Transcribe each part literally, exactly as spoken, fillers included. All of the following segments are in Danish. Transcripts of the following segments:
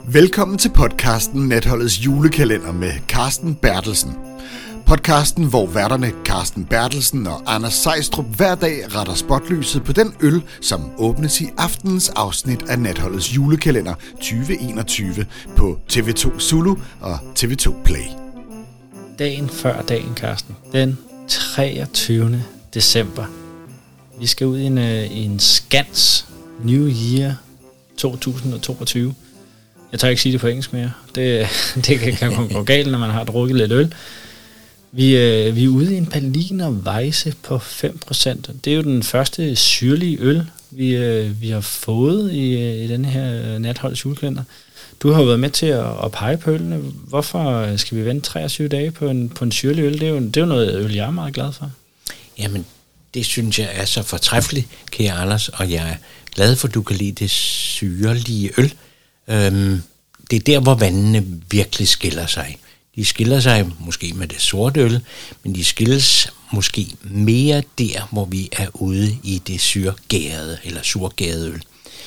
Velkommen til podcasten Natholdets julekalender med Carsten Bertelsen. Podcasten, hvor værterne Carsten Bertelsen og Anders Sejstrup hver dag retter spotlyset på den øl, som åbnes i aftenens afsnit af Natholdets julekalender tyve enogtyve på T V to Zulu og T V to Play. Dagen før dagen, Carsten. Den treogtyvende december. Vi skal ud i en, i en skans New Year to tusind toogtyve. Jeg tør ikke sige det på engelsk mere. Det, det kan, kan gå galt, når man har drukket lidt øl. Vi, øh, vi er ude i en Berliner Weisse på fem procent. Det er jo den første syrlige øl, vi, øh, vi har fået i, i den her Natholdets julekalender. Du har været med til at, at pege på ølene. Hvorfor skal vi vente treogtyve dage på en, på en syrlig øl? Det er, jo, det er jo noget øl, jeg er meget glad for. Jamen, det synes jeg er så fortræffeligt, kære Anders, og jeg er glad for, at du kan lide det syrlige øl. Øhm, det er der, hvor vandene virkelig skiller sig. De skiller sig måske med det sorte øl, men de skilles måske mere der, hvor vi er ude i det syrgærede eller surgærede øl.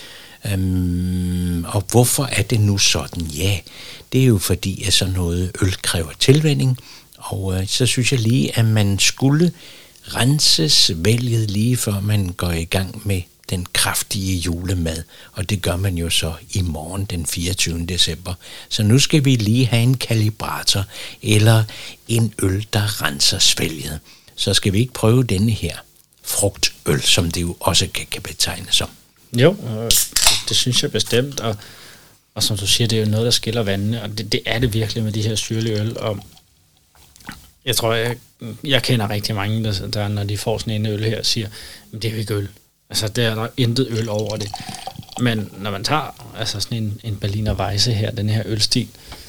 Øhm, og hvorfor er det nu sådan? Ja, det er jo fordi, at sådan noget øl kræver tilvænning, og øh, så synes jeg lige, at man skulle rense svælget lige før man går i gang med den kraftige julemad, og det gør man jo så i morgen den fireogtyvende december. Så nu skal vi lige have en kalibrator, eller en øl, der renser svælget. Så skal vi ikke prøve denne her frugtøl, som det jo også kan, kan betegnes som. Jo, det synes jeg bestemt, og, og som du siger, det er jo noget, der skiller vandene, og det, det er det virkelig med de her syrlige øl, og jeg tror, jeg, jeg kender rigtig mange, der, der når de får sådan en øl her, siger, men det er jo ikke øl. Altså, der er der intet øl over det. Men når man tager altså sådan en, en Berliner Weisse her, den her ølstil,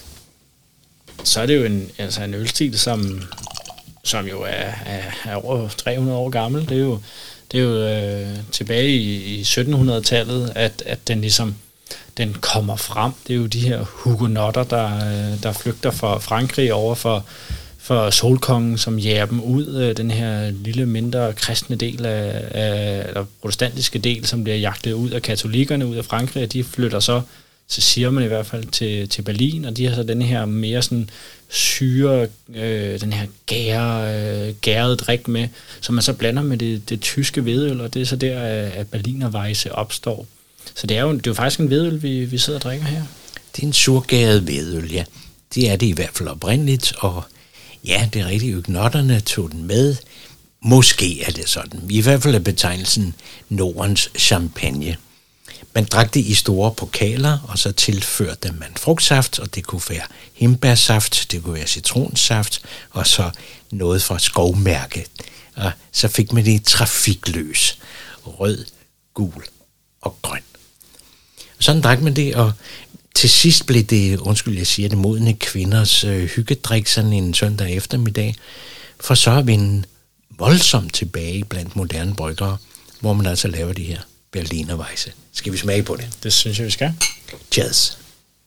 så er det jo en, altså en ølstil, som, som jo er, er, er over tre hundrede år gammel. Det er jo, det er jo øh, tilbage i, i syttenhundredetallet, at, at den ligesom den kommer frem. Det er jo de her hugenotter, der, der flygter fra Frankrig over for for solkongen, som jager dem ud, den her lille, mindre kristne del af, af eller protestantiske del, som bliver jagtet ud af katolikkerne, ud af Frankrig, og de flytter så, så siger man i hvert fald, til, til Berlin, og de har så den her mere sådan syre, øh, den her gære, øh, gærede drik med, som man så blander med det, det tyske hvedøl, og det er så der, at Berliner Weisse opstår. Så det er jo, det er jo faktisk en hvedøl, vi, vi sidder og drikker her. Det er en surgæret hvedøl, ja. Det er det i hvert fald oprindeligt, og ja, det er rigtigt. Hugenotterne tog den med. Måske er det sådan. I hvert fald er betegnelsen Nordens champagne. Man drak det i store pokaler, og så tilførte man frugtsaft, og det kunne være hindbærsaft, det kunne være citronsaft, og så noget fra skovmærke. Og så fik man det trafikløs. Rød, gul og grøn. Sådan drak man det, og til sidst blev det, undskyld jeg siger det, modne kvinders øh, hyggedrik sådan en søndag eftermiddag, for så at vinde voldsomt tilbage blandt moderne bryggere, hvor man altså laver de her Berliner Weisse. Skal vi smage på det? Det synes jeg, vi skal. Cheers.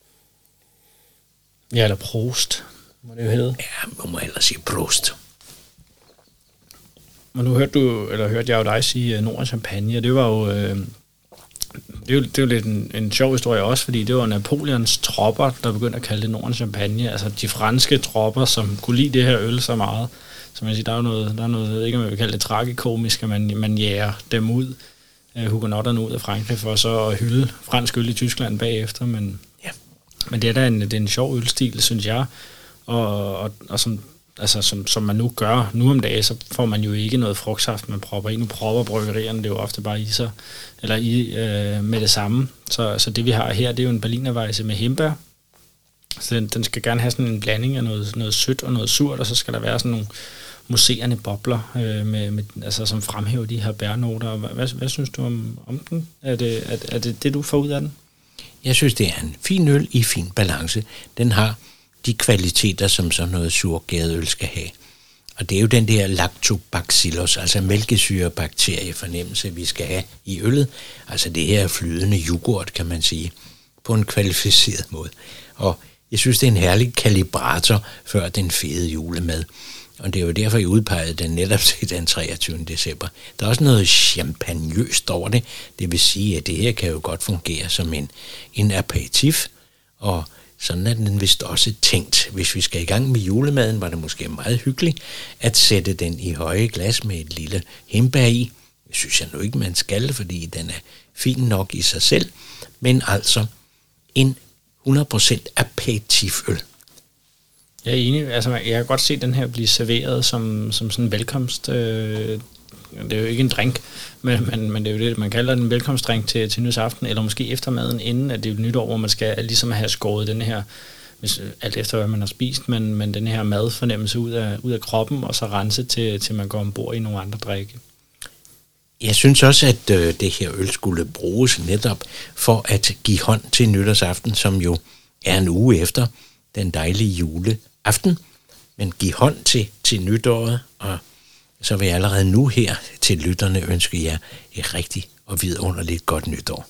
Ja, eller Prost, må det jo hedde. Ja, man må ellers sige Prost. Og nu hørte du, eller hørte jeg jo dig sige Nordens champagne, det var jo... Øh, Det er, jo, det er jo lidt en, en sjov historie også, fordi det var Napoleons tropper, der begyndte at kalde det Nordens champagne. Altså de franske tropper, som kunne lide det her øl så meget. Så man siger, der er jo noget, der er noget, jeg ved ikke om jeg vil kalde det tragikomisk, at man, man jager dem ud, uh, hugenotterne ud af Frankrig, for så at hylde fransk øl i Tyskland bagefter. Men, ja. men det er da en, det er en sjov ølstil, synes jeg. Og, og, og som, altså, som, som man nu gør nu om dagen, så får man jo ikke noget frugtsaft, man propper i. Nu propper bryggerierne det er jo ofte bare i sig, eller i øh, med det samme. Så, så det vi har her, det er jo en Berliner Weisse med hindbær. Så den, den skal gerne have sådan en blanding af noget, noget sødt og noget surt, og så skal der være sådan nogle mousserende bobler, øh, med, med, altså, som fremhæver de her bærnoter. Hvad, hvad, hvad synes du om, om den? Er det, er, er det det, du får ud af den? Jeg synes, det er en fin øl i fin balance. Den har de kvaliteter, som sådan noget surgæret øl skal have. Og det er jo den der lactobacillus, altså mælkesyrebakteriefornemmelse, vi skal have i øllet. Altså det her flydende yoghurt, kan man sige, på en kvalificeret måde. Og jeg synes, det er en herlig kalibrator før den fede julemad. Og det er jo derfor, jeg udpegede den netop til den treogtyvende december. Der er også noget champagnøst over det. Det vil sige, at det her kan jo godt fungere som en, en aperitif. og sådan er den vist også tænkt. Hvis vi skal i gang med julemaden, var det måske meget hyggeligt at sætte den i høje glas med et lille hindbær i. Det synes jeg nu ikke, man skal, fordi den er fin nok i sig selv. Men altså en hundrede procent aperitiføl. Jeg er enig. Altså, jeg kan godt se den her blive serveret som, som sådan en velkomst. Øh, det er jo ikke en drink, men, men, men det er jo det, man kalder den en velkomstdrink til, til nytårsaften, eller måske eftermaden, inden at det er et nytår, hvor man skal ligesom have skåret den her, hvis, alt efter hvad man har spist, men, men den her madfornemmelse ud af, ud af kroppen, og så rense til, til man går ombord i nogle andre drikke. Jeg synes også, at øh, det her øl skulle bruges netop for at give hånd til nytårsaften, som jo er en uge efter den dejlige juleaften. Men give hånd til, til nytåret, og så vil jeg allerede nu her til lytterne ønske jer et rigtig og vidunderligt godt nytår.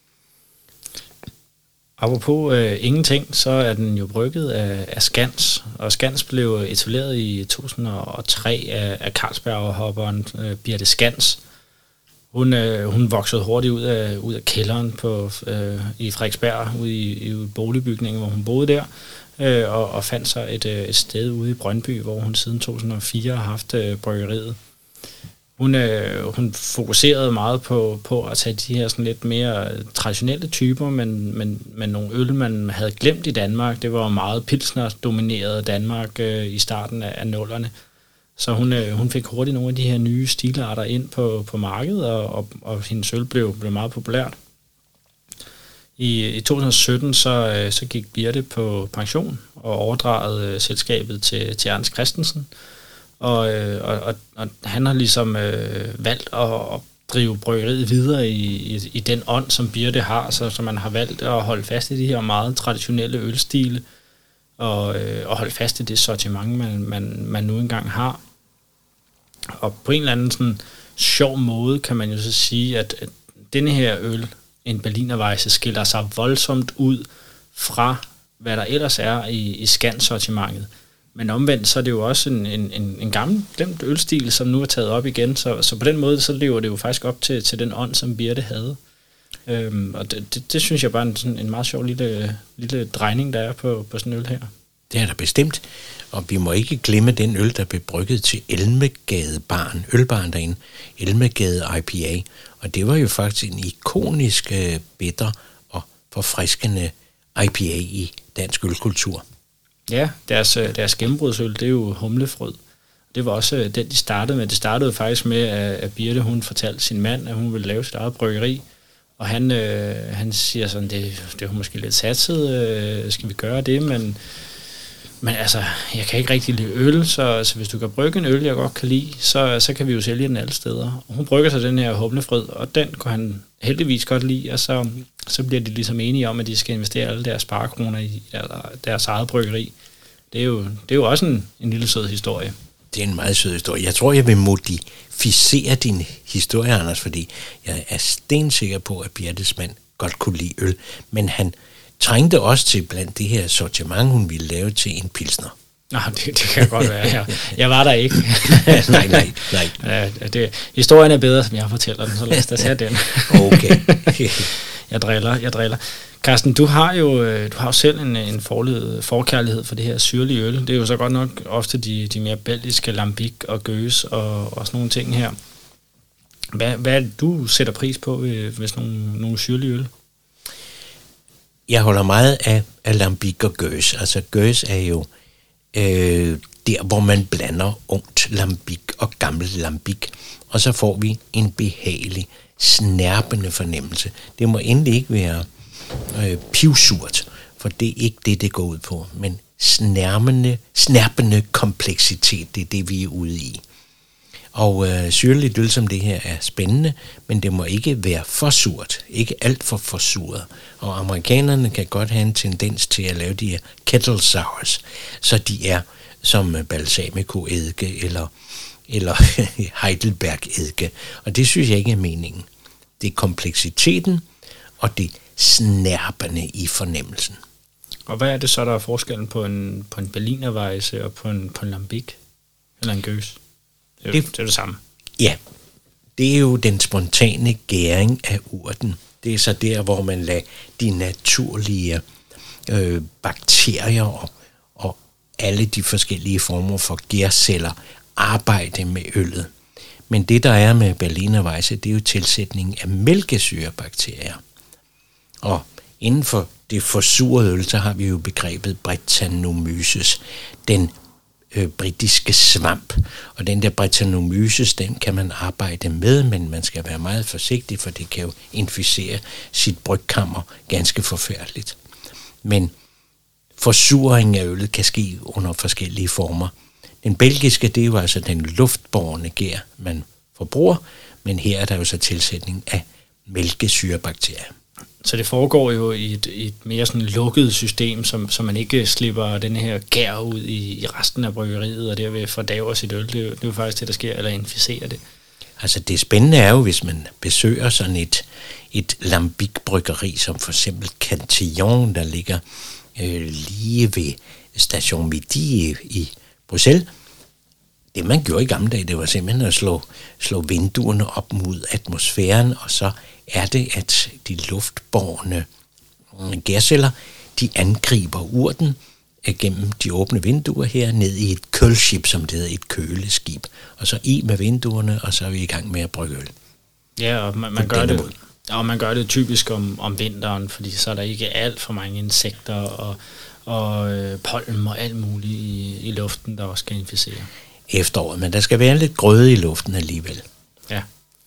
Apropos øh, ingenting, så er den jo brygget af, af Skans, og Skans blev etableret i to tusind og tre af, af Carlsberg-hopperen øh, Birthe Skans. Hun, øh, hun voksede hurtigt ud af, ud af kælderen på, øh, i Frederiksberg, ude i, i boligbygningen, hvor hun boede der, øh, og, og fandt sig et, et sted ude i Brøndby, hvor hun siden to tusind og fire har haft øh, bryggeriet. Hun, øh, hun fokuserede meget på, på at tage de her sådan lidt mere traditionelle typer, men, men, men nogle øl, man havde glemt i Danmark. Det var meget pilsner-domineret Danmark øh, i starten af, af nullerne. Så hun, øh, hun fik hurtigt nogle af de her nye stilarter ind på, på markedet, og, og, og hendes øl blev, blev meget populært. I, i to tusind og sytten så, øh, så gik Birthe på pension og overdragede øh, selskabet til, til Ernst Christensen. Og, øh, og, og, og han har ligesom øh, valgt at, at drive bryggeriet videre i, i, i den ånd, som Birthe har, så, så man har valgt at holde fast i de her meget traditionelle ølstile, og, øh, og holde fast i det sortiment, man, man, man nu engang har. Og på en eller anden sådan sjov måde kan man jo så sige, at, at denne her øl, en Berlinerweisse, skiller sig voldsomt ud fra, hvad der ellers er i, i Skans-sortimentet. Men omvendt, så er det jo også en, en, en gammel glemt ølstil, som nu er taget op igen, så, så på den måde, så lever det jo faktisk op til, til den ånd, som Birthe havde. Øhm, og det, det, det synes jeg bare er en, sådan en meget sjov lille, lille drejning, der er på, på sådan en øl her. Det er der bestemt, og vi må ikke glemme den øl, der blev brygget til Elmegade Baren, ølbaren derinde, Elmegade I P A, og det var jo faktisk en ikonisk øh, bitter og forfriskende I P A i dansk ølkultur. Ja, deres, deres gennembrudsøl, det er jo humlefrød. Det var også den, de startede med. Det startede faktisk med, at Birthe, hun fortalte sin mand, at hun ville lave sit eget bryggeri. Og han, øh, han siger sådan, det, det er måske lidt satset, øh, skal vi gøre det? Men, men altså, jeg kan ikke rigtig lide øl, så, så hvis du kan brygge en øl, jeg godt kan lide, så, så kan vi jo sælge den alle steder. Og hun brygger sig den her humlefrød, og den kunne han heldigvis godt lide, og så, så bliver de ligesom enige om, at de skal investere alle deres sparekroner i deres, deres eget bryggeri. Det er jo, det er jo også en, en lille sød historie. Det er en meget sød historie. Jeg tror, jeg vil modificere din historie, Anders, fordi jeg er stensikker på, at Birthes mand godt kunne lide øl, men han trængte også til blandt det her sortiment, hun ville lave til en pilsner. Nå, det, det kan godt være. Jeg, jeg var der ikke. nej, nej, nej. Ja, det, historien er bedre, som jeg fortæller den, så lad os da tage den. Okay. jeg driller, jeg driller. Carsten, du har jo, du har jo selv en, en forled, forkærlighed for det her syrlige øl. Det er jo så godt nok ofte de, de mere belgiske lambic og gøs og, og sådan nogle ting her. Hvad, hvad er det, du sætter pris på ved, ved sådan nogle, nogle syrlige øl? Jeg holder meget af, af lambic og gøs. Altså gøs er jo øh, der, hvor man blander ungt lambic og gammel lambic, og så får vi en behagelig, snærpende fornemmelse. Det må endelig ikke være øh, pivsurt, for det er ikke det, det går ud på, men snærpende, snærpende kompleksitet, det er det, vi er ude i. Og øh, syrligt øl som det her er spændende, men det må ikke være for surt, ikke alt for forsuret. Og amerikanerne kan godt have en tendens til at lave de her kettle sours, så de er som balsamico-eddike eller, eller Heidelberg-eddike. Og det synes jeg ikke er meningen. Det er kompleksiteten og det snærpende i fornemmelsen. Og hvad er det så, der er forskellen på en, på en Berlinerweisse og på en, på en lambic eller en gøs? Det er, det, det er det samme. Ja, det er jo den spontane gæring af urten. Det er så der, hvor man lader de naturlige øh, bakterier og, og alle de forskellige former for gærceller arbejde med øllet. Men det, der er med Berliner Weisse, det er jo tilsætningen af mælkesyrebakterier. Og inden for det forsurede øl, så har vi jo begrebet Brettanomyces, den øh, britiske svamp. Og den der Brettanomyces, den kan man arbejde med, men man skal være meget forsigtig, for det kan jo inficere sit brygkammer ganske forfærdeligt. Men forsuring af øllet kan ske under forskellige former. Den belgiske, det er jo altså den luftbårne gær, man forbruger, men her er der jo så tilsætning af mælkesyrebakterier. Så det foregår jo i et, i et mere sådan lukket system, som, så man ikke slipper den her gær ud i, i resten af bryggeriet, og derved fordaver sit øl. Det er, jo, det er jo faktisk det, der sker, eller inficerer det. Altså det spændende er jo, hvis man besøger sådan et, et lambic-bryggeri, som for eksempel Cantillon, der ligger øh, lige ved Station Midi i, i Bruxelles. Det man gjorde i gamle dage, det var simpelthen at slå, slå vinduerne op mod atmosfæren, og så er det, at de luftbårne gærceller, de angriber urten gennem de åbne vinduer her ned i et kølskib, som det hedder, et køleskib. Og så i med vinduerne, og så er vi i gang med at brygge øl. Ja, og man, man, gør, det, og man gør det typisk om, om vinteren, fordi så er der ikke alt for mange insekter og, og øh, pollen og alt muligt i, i luften, der også kan inficere. Efteråret, men der skal være lidt grøde i luften alligevel. Ja.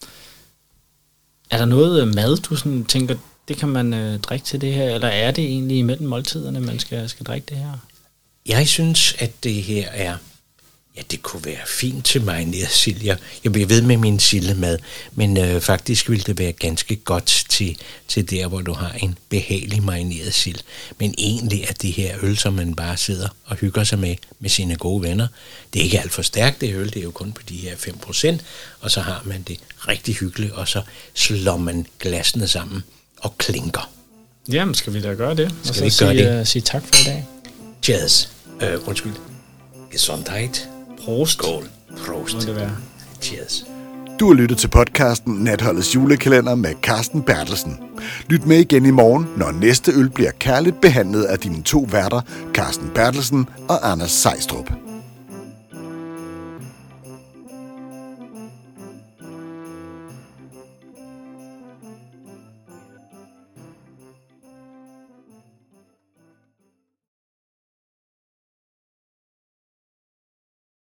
Er der noget mad, du sådan tænker, det kan man øh, drikke til det her, eller er det egentlig imellem måltiderne, man skal, skal drikke det her? Jeg synes, at det her er, ja, det kunne være fint til marineret sild. Jeg, jeg bliver ved med min sildemad, men øh, faktisk ville det være ganske godt til, til der, hvor du har en behagelig marineret sild. Men egentlig er det her øl, som man bare sidder og hygger sig med, med sine gode venner. Det er ikke alt for stærkt, det øl, det er jo kun på de her fem procent, og så har man det rigtig hyggeligt, og så slår man glasene sammen og klinker. Jamen, skal vi da gøre det? Skal og så vi gøre sige, det? Uh, sige tak for i dag. Cheers. Uh, undskyld. Gesundheit. Prost. Skål. Prost. Må det være. Cheers. Du har lyttet til podcasten Natholdets julekalender med Carsten Bertelsen. Lyt med igen i morgen, når næste øl bliver kærligt behandlet af dine to værter, Carsten Bertelsen og Anders Sejstrup.